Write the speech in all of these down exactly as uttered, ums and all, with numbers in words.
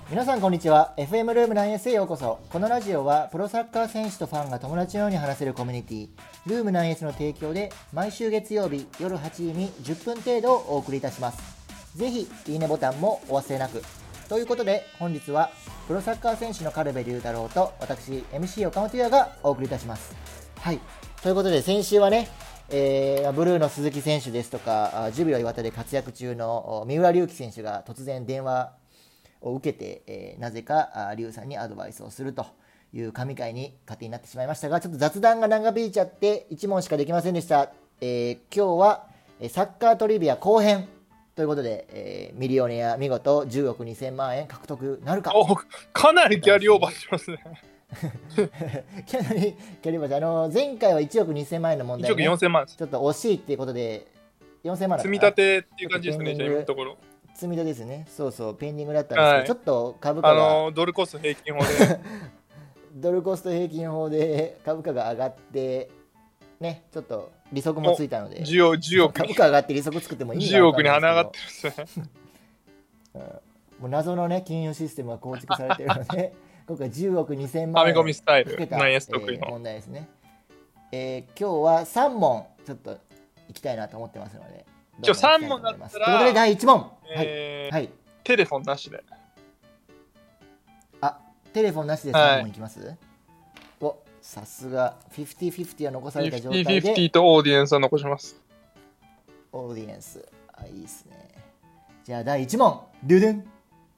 皆さんこんにちは。 エフエム ルーム ナインエス へようこそ。このラジオはプロサッカー選手とファンが友達のように話せるコミュニティルーム ナインエス の提供で毎週月曜日夜はちじにじゅっぷん程度お送りいたします。ぜひいいねボタンもお忘れなく。ということで本日はプロサッカー選手の軽部龍太郎と私 エムシー 岡本優がお送りいたします。はい、ということで先週はね、えー、ブルーの鈴木選手ですとかジュビロ磐田で活躍中の三浦龍輝選手が突然電話を受けて、えー、なぜか龍さんにアドバイスをするという神回に勝手になってしまいましたが、ちょっと雑談が長引いちゃっていち問しかできませんでした。えー、今日はサッカートリビア後編ということで、えー、ミリオネア見事じゅうおくにせんまんえん獲得なるか。 お、かなりギャリオーバーしますね。 かなりギャリオーバーしあの前回はいちおくにせんまんえんの問題、ね、 いちおくよんせんまんです。 ちょっと惜しいっていうことでよんせんまんだった積み立てっていう感じですね。じゃあ今のところ積み立てですね。そうそうペンディングだったんですけど、はい、ちょっと株価があのドルコスト平均法でドルコスト平均法で株価が上がってね、ちょっと利息もついたのでじゅうおく株価上がって利息つくってもいいんだじゅうおくに花上がってるんですね。 うん、もう謎のね金融システムが構築されているので今回じゅうおくにせんまん円アメコミスタイルかけた、 ナインエス得意の、 えー、問題ですね。えー、今日はさん問ちょっといきたいなと思ってますので、 今日さん問だったらということでだいいち問、 えーはいはい、 テレフォンなしで。 あ、テレフォンなしでさん問いきます、はい、お、さすがフィフティフィフティは残された状態でフィフティフィフティとオーディエンスは残します。 オーディエンス、あ、いいですね。じゃあだいいち問、ドゥドゥン、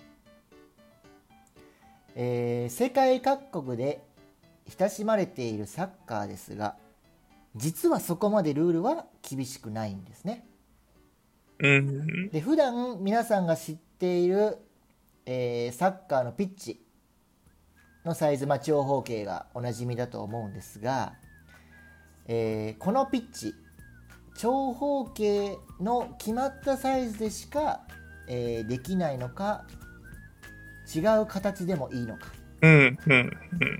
えー、世界各国で親しまれているサッカーですが、実はそこまでルールは厳しくないんですね。 うん、 で普段皆さんが知っている、えー、サッカーのピッチのサイズ、まあ、長方形がおなじみだと思うんですが、えー、このピッチ長方形の決まったサイズでしか、えー、できないのか、違う形でもいいのか、 うんうんうん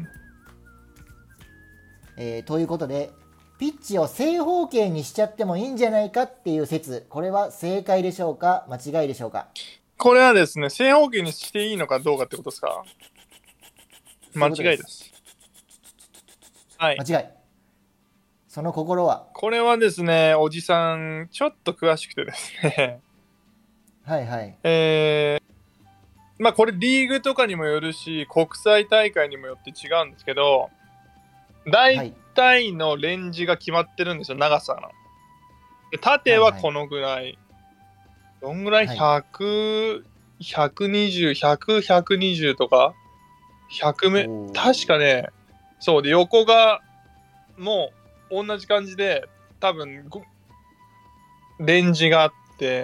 えー、ということでピッチを正方形にしちゃってもいいんじゃないかっていう説、これは正解でしょうか間違いでしょうか。 これはですね、正方形にしていいのかどうかってことですか。間違いです。はい、 間違い。その心は。 これはですね、おじさんちょっと詳しくてですねはいはい、 えー、まあこれリーグとかにもよるし国際大会にもよって違うんですけど、大体のレンジが決まってるんですよ、長さの。で縦はこのぐらい、はいはい、どんぐらい、ひゃく、ひゃくにじゅう、ひゃく、ひゃくにじゅうとかひゃくめ、確かね、そうで横がもう同じ感じで多分レンジがあって、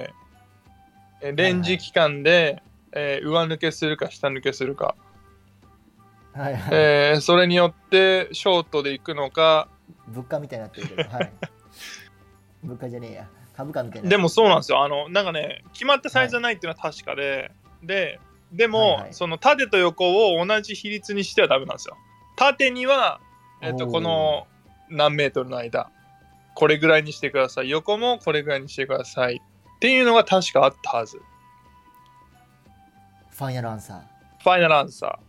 レンジ期間で、はいはい、えー、上抜けするか下抜けするか、 はいはい、 えー、それによってショートで行くのか、 物価みたいになってるけど、はい、物価じゃねえや、株価みたいな。 でもそうなんですよ。あのなんかね、決まったサイズじゃないっていうのは確かで、はい、ででも、はいはい、その縦と横を同じ比率にしてはダメなんですよ。縦には、えっと、この何メートルの間これぐらいにしてください、横もこれぐらいにしてくださいっていうのが確かあったはず。 ファイナルアンサー。 ファイナルアンサー。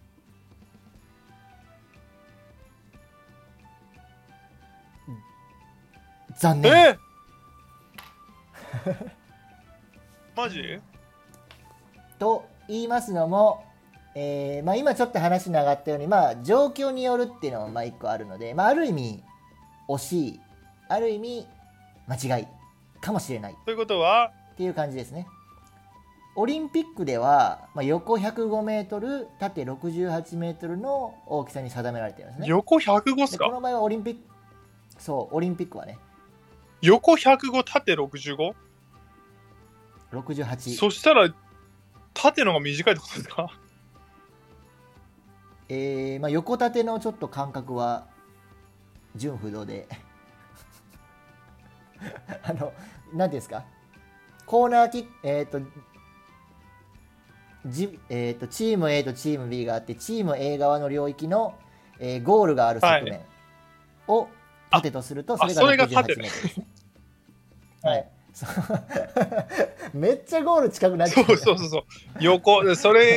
残念。 えマジと言いますのも、えーまあ、今ちょっと話に上がったように、まあ、状況によるっていうのもまあ一個あるので、まあ、ある意味惜しい、ある意味間違いかもしれないということはっていう感じですね。オリンピックでは、まあ、横ひゃくごメートル縦ろくじゅうはちメートルの大きさに定められているんですね。 横ひゃくごっすか。 この場合はオリンピック、そうオリンピックはね、 横ひゃくご縦 ろくじゅうご？ ろくじゅうはち。 そしたら縦のが短いってことですか。 えーまあ、横縦のちょっと間隔は純不動であの何ていうんですか、コーナーキック、えっ、ー、とじえー、とチーム A とチーム B があって、チーム A 側の領域の、えー、ゴールがある側面を縦とすると、 はい、 それがろくじゅうはち縦メートルですね。はい、めっちゃゴール近くなっちゃう。 そうそうそうそう、横それ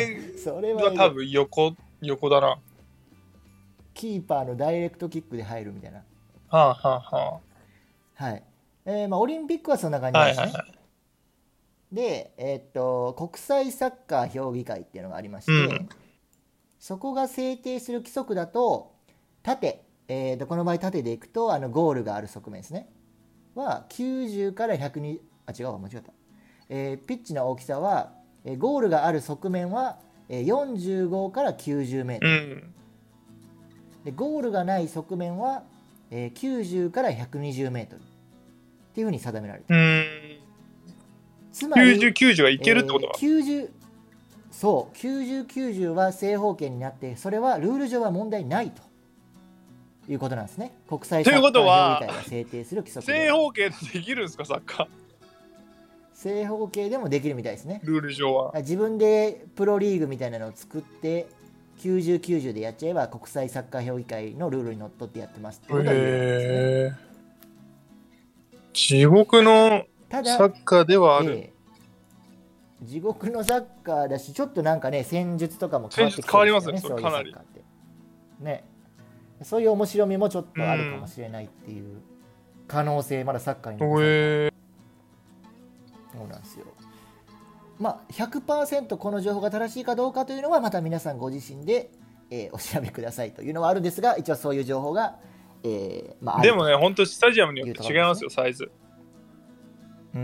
それは多分横横だな。 キーパーのダイレクトキックで入るみたいな。 はあはあはあ。はい。えーまあ、オリンピックはそんな感じなんですね。はいはいはい、で、えーっと、国際サッカー評議会っていうのがありまして、うん、そこが制定する規則だと、縦、えー、とこの場合縦でいくとあのゴールがある側面ですね。はきゅうじゅうからひゃくにじゅう、あ、違うわ、間違った。えー、ピッチの大きさは、えー、ゴールがある側面は、えー、よんじゅうごからきゅうじゅうメートル。うんでゴールがない側面は、えー、きゅうじゅうからひゃくにじゅうメートルっていうふうに定められている。つまりきゅうじゅう、きゅうじゅうはいけるってことは、 えー、きゅうじゅうそうきゅうじゅう、きゅうじゅうは正方形になって、それはルール上は問題ないということなんですね。国際サッカー評議会が制定する規則で。 正方形でできるんですか、サッカー。 正方形でもできるみたいですね。 ルール上は自分でプロリーグみたいなのを作ってきゅうじゅう、きゅうじゅうでやっちゃえば国際サッカー評議会のルールにのっとってやってますってことは言えるんですね。 地獄のサッカーではある。 えー、地獄のサッカーだし、ちょっとなんかね戦術とかも変わってきてるんですよね。戦術変わりますね、そういうサッカーってかなりね。そういう面白みもちょっとあるかもしれないっていう可能性、まだサッカーに残されて、そうなんですよ。まあ ひゃくパーセント この情報が正しいかどうかというのはまた皆さんご自身で、えー、お調べくださいというのはあるんですが、一応そういう情報が、えーまあ、 でもね、本当スタジアムによって違いますよ、サイズ。 うん、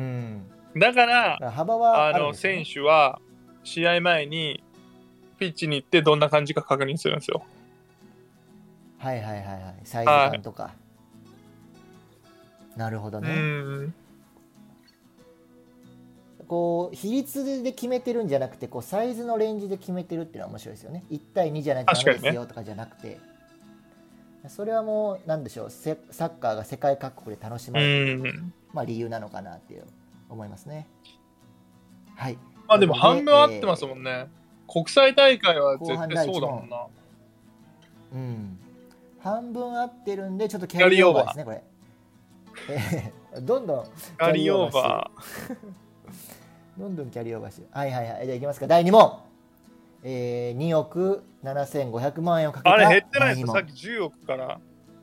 だから幅はあの選手は試合前にピッチに行ってどんな感じか確認するんですよ。 はいはいはいはい、サイズ感とか、はい、なるほどね。うんこう比率で決めてるんじゃなくて、こうサイズのレンジで決めてるっていうのは面白いですよね。いち対にじゃないとダメですよとかじゃなくて、ね、それはもうなんでしょう、サッカーが世界各国で楽しまれてる、まあ、理由なのかなっていう思いますね。はい。 まあでも半分合ってますもんね、えー、国際大会は絶対そうだもんな。 うん、半分合ってるんでちょっとキャリーオーバーですねこれ。えー、どんどんキャリーオーバーどんどんキャリーオーバーしてる。はいはいはい。じゃあいきますか。だいに問。えー、におくななせんごひゃくまんえんをかけた。 あれ減ってないですか、さっきじゅうおくから。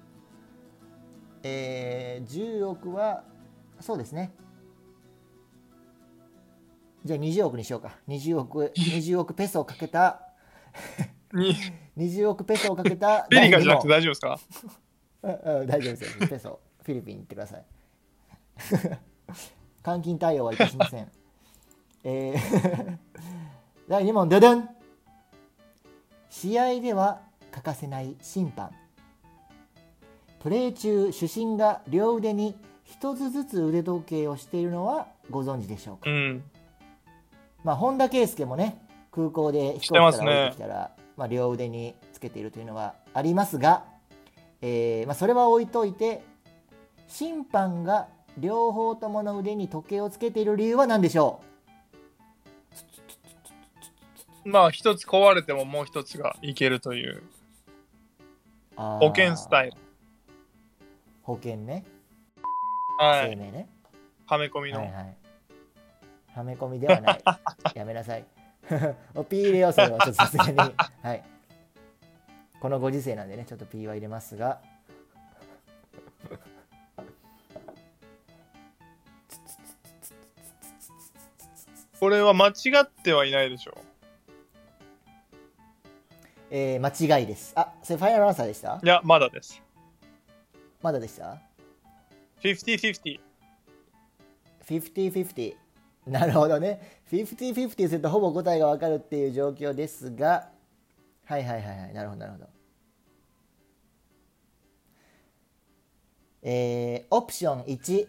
えー、じゅうおくは、そうですね。じゃあにじゅうおくにしようか。にじゅうおく、にじゅうおくペソをかけた。にじゅうおくペソをかけた。 ペリカじゃなくて大丈夫ですか？ うん、大丈夫ですよ。ペソ。フィリピン行ってください。換金対応はいたしません。えー、だいに問ででん。試合では欠かせない審判。プレー中主審が両腕に一つずつ腕時計をしているのはご存知でしょうか。うん、まあ本田圭佑もね、空港で飛行機から降りてきたら、ね、まあ、両腕につけているというのはありますが、えーまあ、それは置いといて、審判が両方ともの腕に時計をつけている理由は何でしょう？ まあ一つ壊れてももう一つがいけるという保険スタイル。 保険ね。 はい。 生命ね。 はめ込みの。 はいはい。はめ込みではない。やめなさい。P 入れよう、それはちょっとさすがに。はい。このご時世なんでね、ちょっと P は入れますが。 これは間違ってはいないでしょう。 えー、間違いです。あ、それファイナルアンサーでした？ いや、まだです。 まだでした？ フィフティーフィフティー。 フィフティーフィフティー。なるほどね。フィフティーフィフティーするとほぼ答えがわかるっていう状況ですが、はいはいはいはい、なるほどなるほど。えー、オプションいち。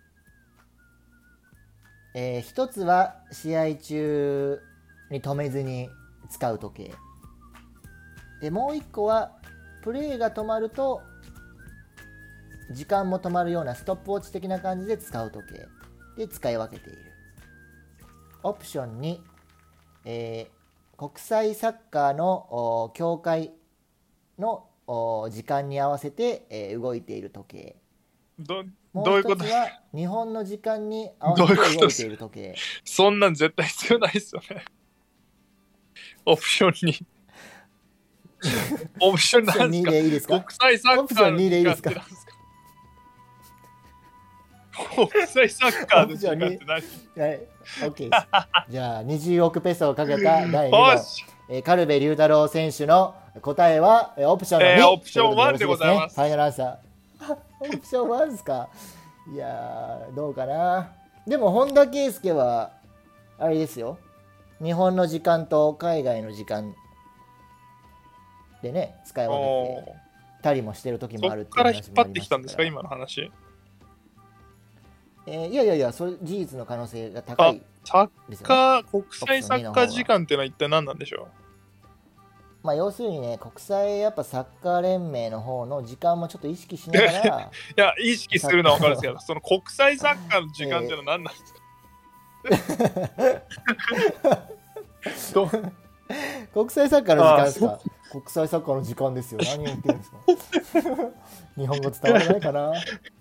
えー、ひとつは試合中に止めずに使う時計。でもういっこはプレーが止まると時間も止まるようなストップウォッチ的な感じで使う時計で使い分けている。オプションに、えー、国際サッカーの協会の時間に合わせて、えー、動いている時計。 どもう一つは日本の時間に合わせて動いている時計。 そんなん絶対必要ないですよね。 オプションに。オプションなんにですか？ でいいですか？ 国際サッカーのオプションにでいいですか？ 時間って何ですか？国際サッカーの時間って何？ はい、OK です。じゃあにじゅうおくペソをかけただいによ問、 し、 えー、カルベ龍太郎選手の答えはえーオプションのに、 えーオプションワンということでございますよろしですね。ファイナルアンサー。オプションワンですか？いやーどうかな。でも本田圭佑はあれですよ、日本の時間と海外の時間でね使い分けてたりもしてる時もあるっそってからいう話もあ引っ張ってりましたから。 きたんですか、今の話。 えーいやいやいや、それ事実の可能性が高いサッですよね。 カー、国際サッカー時間ってのは一体何なんでしょまあ、要するにね、国際やっぱサッカー連盟の方の時間もちょっと意識しながら、 う？いや、意識するのは分かるんですけど、その国際サッカーの時間ってのは何なんですか？ど国際サッカーの時間ですあか？国際サッカーの時間ですよ。何を言ってるんですか？日本語伝わらないかな？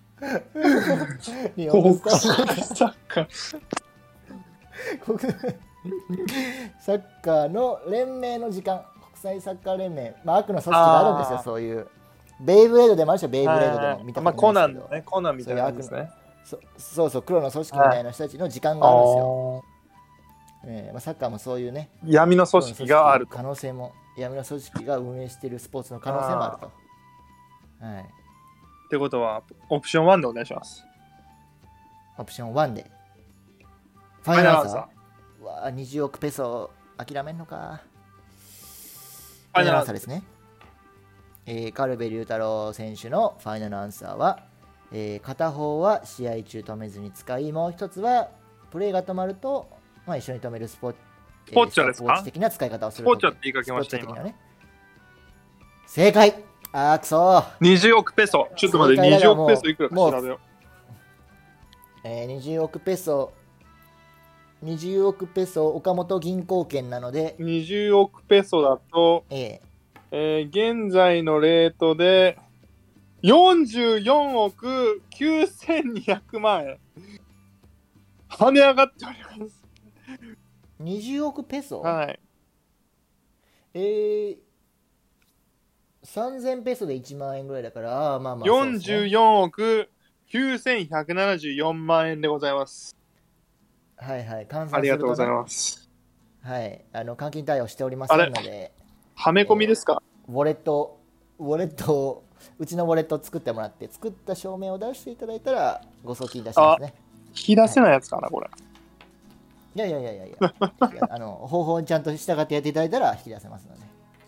日本語伝わらないか国際サッカー。 国サッカーの連盟の時間、国際サッカー連盟、まあ、悪の組織があるんですよ、 あーそういう。ベイブレードでもあるし、ベイブレードでも見たまあ、コことないですけど、 ナンのね、コナンみたいなやつですね。 そそうそう、黒の組織みたいな人たちの時間があるんですよ。 あえーまあ、サッカーもそういうね、 ー闇の組織があると。 可能性も、闇の組織が運営しているスポーツの可能性もあると。はい、 ってことは、オプションワンでお願いします。 オプションワンで。フファイナルアンサー。 うわあ、にじゅうおくペソ諦めんのか。 ファイナルアンサーファイナルアンサーですね。えーカルベ龍太郎選手のファイナルアンサーは、えー片方は試合中止めずに使い、もう一つはプレーが止まると、まあ、一緒に止めるスポ,、えー、 スポッチャですか？ スポーツ的な使い方をする。 スポッチャって言いかけましたスポッチャ的なね。正解。あーくそー。 にじゅうおくペソ。ちょっと待って、 正解だにじゅうおくペソいくらかもう調べよう。 えー、にじゅうおくペソにじゅうおくペソ岡本銀行券なので、 にじゅうおくペソだと、 ええー現在のレートでよんじゅうよんおくきゅうせんにひゃくまん円。跳ね上がっております。 ー、にじゅうおくペソ、 はい。 えー、さんぜんペソでいちまん円ぐらいだから、あーまあまあそうですね、 よんじゅうよんおくきゅうせんひゃくななじゅうよんまん円でございます。 はいはい、換算すると、ね、 ありがとうございます。 はい、あの換金対応しておりませんので、 はめ込みですか？ ウォレット、ウォレットを、うちのウォレットを作ってもらって、作った証明を出していただいたら、ご送金出しますね。 引き出せないやつかな、これ。 いやいやいやいやいや、いやあの方法にちゃんと従ってやっていただいたら引き出せますので、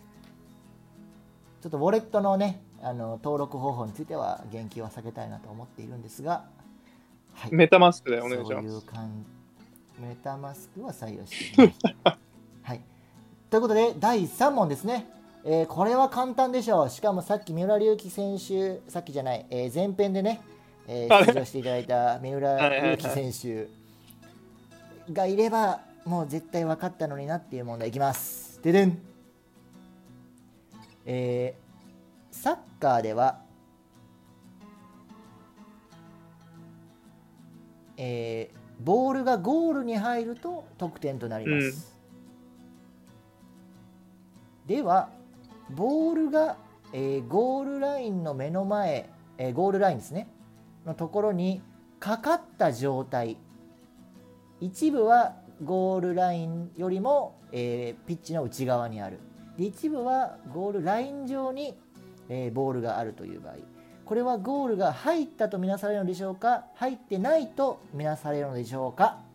ちょっとウォレットのね、あの登録方法については言及は避けたいなと思っているんですが、はい、 メタマスクでお願いしそうます。 いう感メタマスクは採用していない。はい、ということでだいさん問ですね。えーこれは簡単でしょう。しかもさっき三浦龍輝選手、さっきじゃない、えー前編でね、えーあれ出場していただいた三浦龍輝選手がいればもう絶対分かったのになっていう問題いきます。ででん、えーサッカーでは、えーボールがゴールに入ると得点となります、ではボールが、えーゴールラインの目の前、えーゴールラインですねのところにかかった状態、一部はゴールラインよりも、えーピッチの内側にある、で一部はゴールライン上に、えーボールがあるという場合、これはゴールが入ったとみなされるのでしょうか、入ってないとみなされるのでしょうか。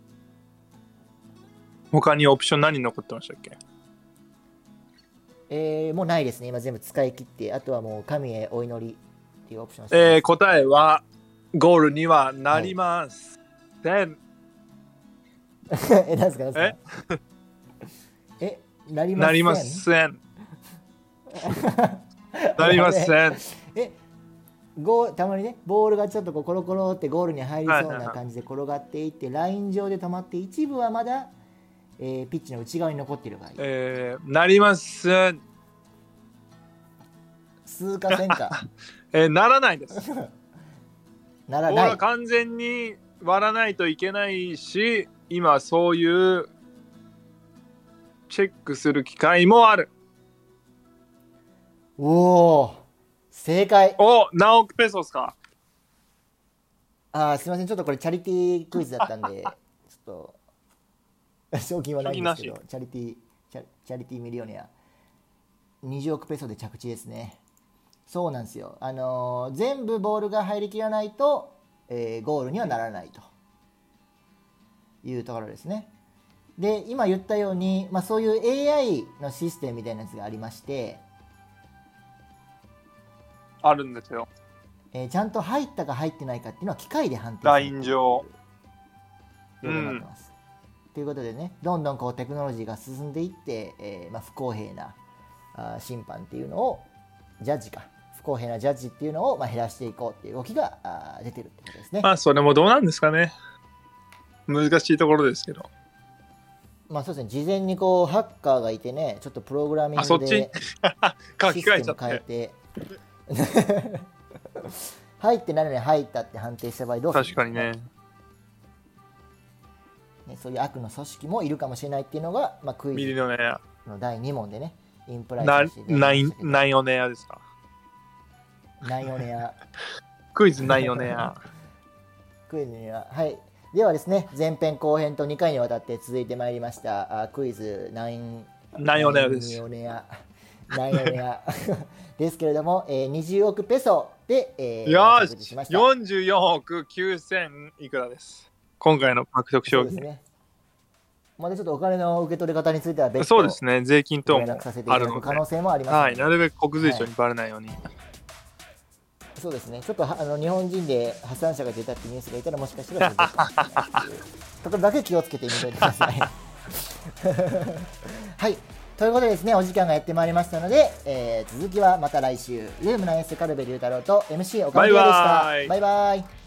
他にオプション何残ってましたっけ？ えーもうないですね。今全部使い切って、あとはもう神へお祈りっていうオプションをしてます。 えー、答えはゴールにはなりません。 え、なんですか、なんですか。え、なりません。 なりません。なりません。 え、ゴーたまにね、ボールがちょっとこうコロコロってゴールに入りそうはいはいはいな感じで転がっていって、ライン上で止まって、一部はまだ、えーピッチの内側に残っている場合、 えー、なりません。 通過せんか。 えー、ならないです。 ならないボールは。完全に割らないといけないし、今そういうチェックする機会もある。 おお、正解。 お、何億ペソですか。 あー、すみません、ちょっとこれチャリティークイズだったんでちょっと賞金はないんですけど、チャリティーチャ、チャリティーミリオネアにじゅうおくペソで着地ですね。そうなんですよ、あのー、全部ボールが入りきらないと、えー、ゴールにはならないというところですね。で今言ったように、まあ、そういう エーアイ のシステムみたいなやつがありまして、 あるんですよ。 えー、ちゃんと入ったか入ってないかっていうのは機械で判定ライン上。 ということになってます。うん、ということでね、どんどんこうテクノロジーが進んでいって、えーまあ、不公平なあ審判っていうのをジャッジか不公平なジャッジっていうのをまあ減らしていこうっていう動きがあ出てるってことですね。 まあそれもどうなんですかね。難しいところですけど。 まあそうですね、事前にこうハッカーがいてね、ちょっとプログラミングでシステム変えて入ってないのに入ったって判定した場合どうするんですか。 確かにね。 ね、そういう悪の組織もいるかもしれないっていうのが、まあ、クイズのだいに問でね、インプライとしてナインナイオネアですか。 ナイオネアクイズナイオネアクイズには、はい。ではですね、前編後編とにかいにわたって続いてまいりましたあクイズナインナイオネアですナイオネアナイオネアですけれども、えー、にじゅうおくペソで、えー、 よししよんじゅうよんおくきゅうせんいくらです。今回の獲得賞金。 ね、まだちょっとお金の受け取り方については別途そうですね、税金等もあるので可能性もあります、ね、 はい、なるべく国税庁にバレないように、はい、 そうですね、ちょっとあの日本人で破産者が出たってニュースがいたらもしかしたらところだけ気をつけてみてくださいはいということでですね、お時間がやってまいりましたので、えー、続きはまた来週。ルームナインスカルベ龍太郎と エムシー 岡本でした。バイバイ。バイバイ。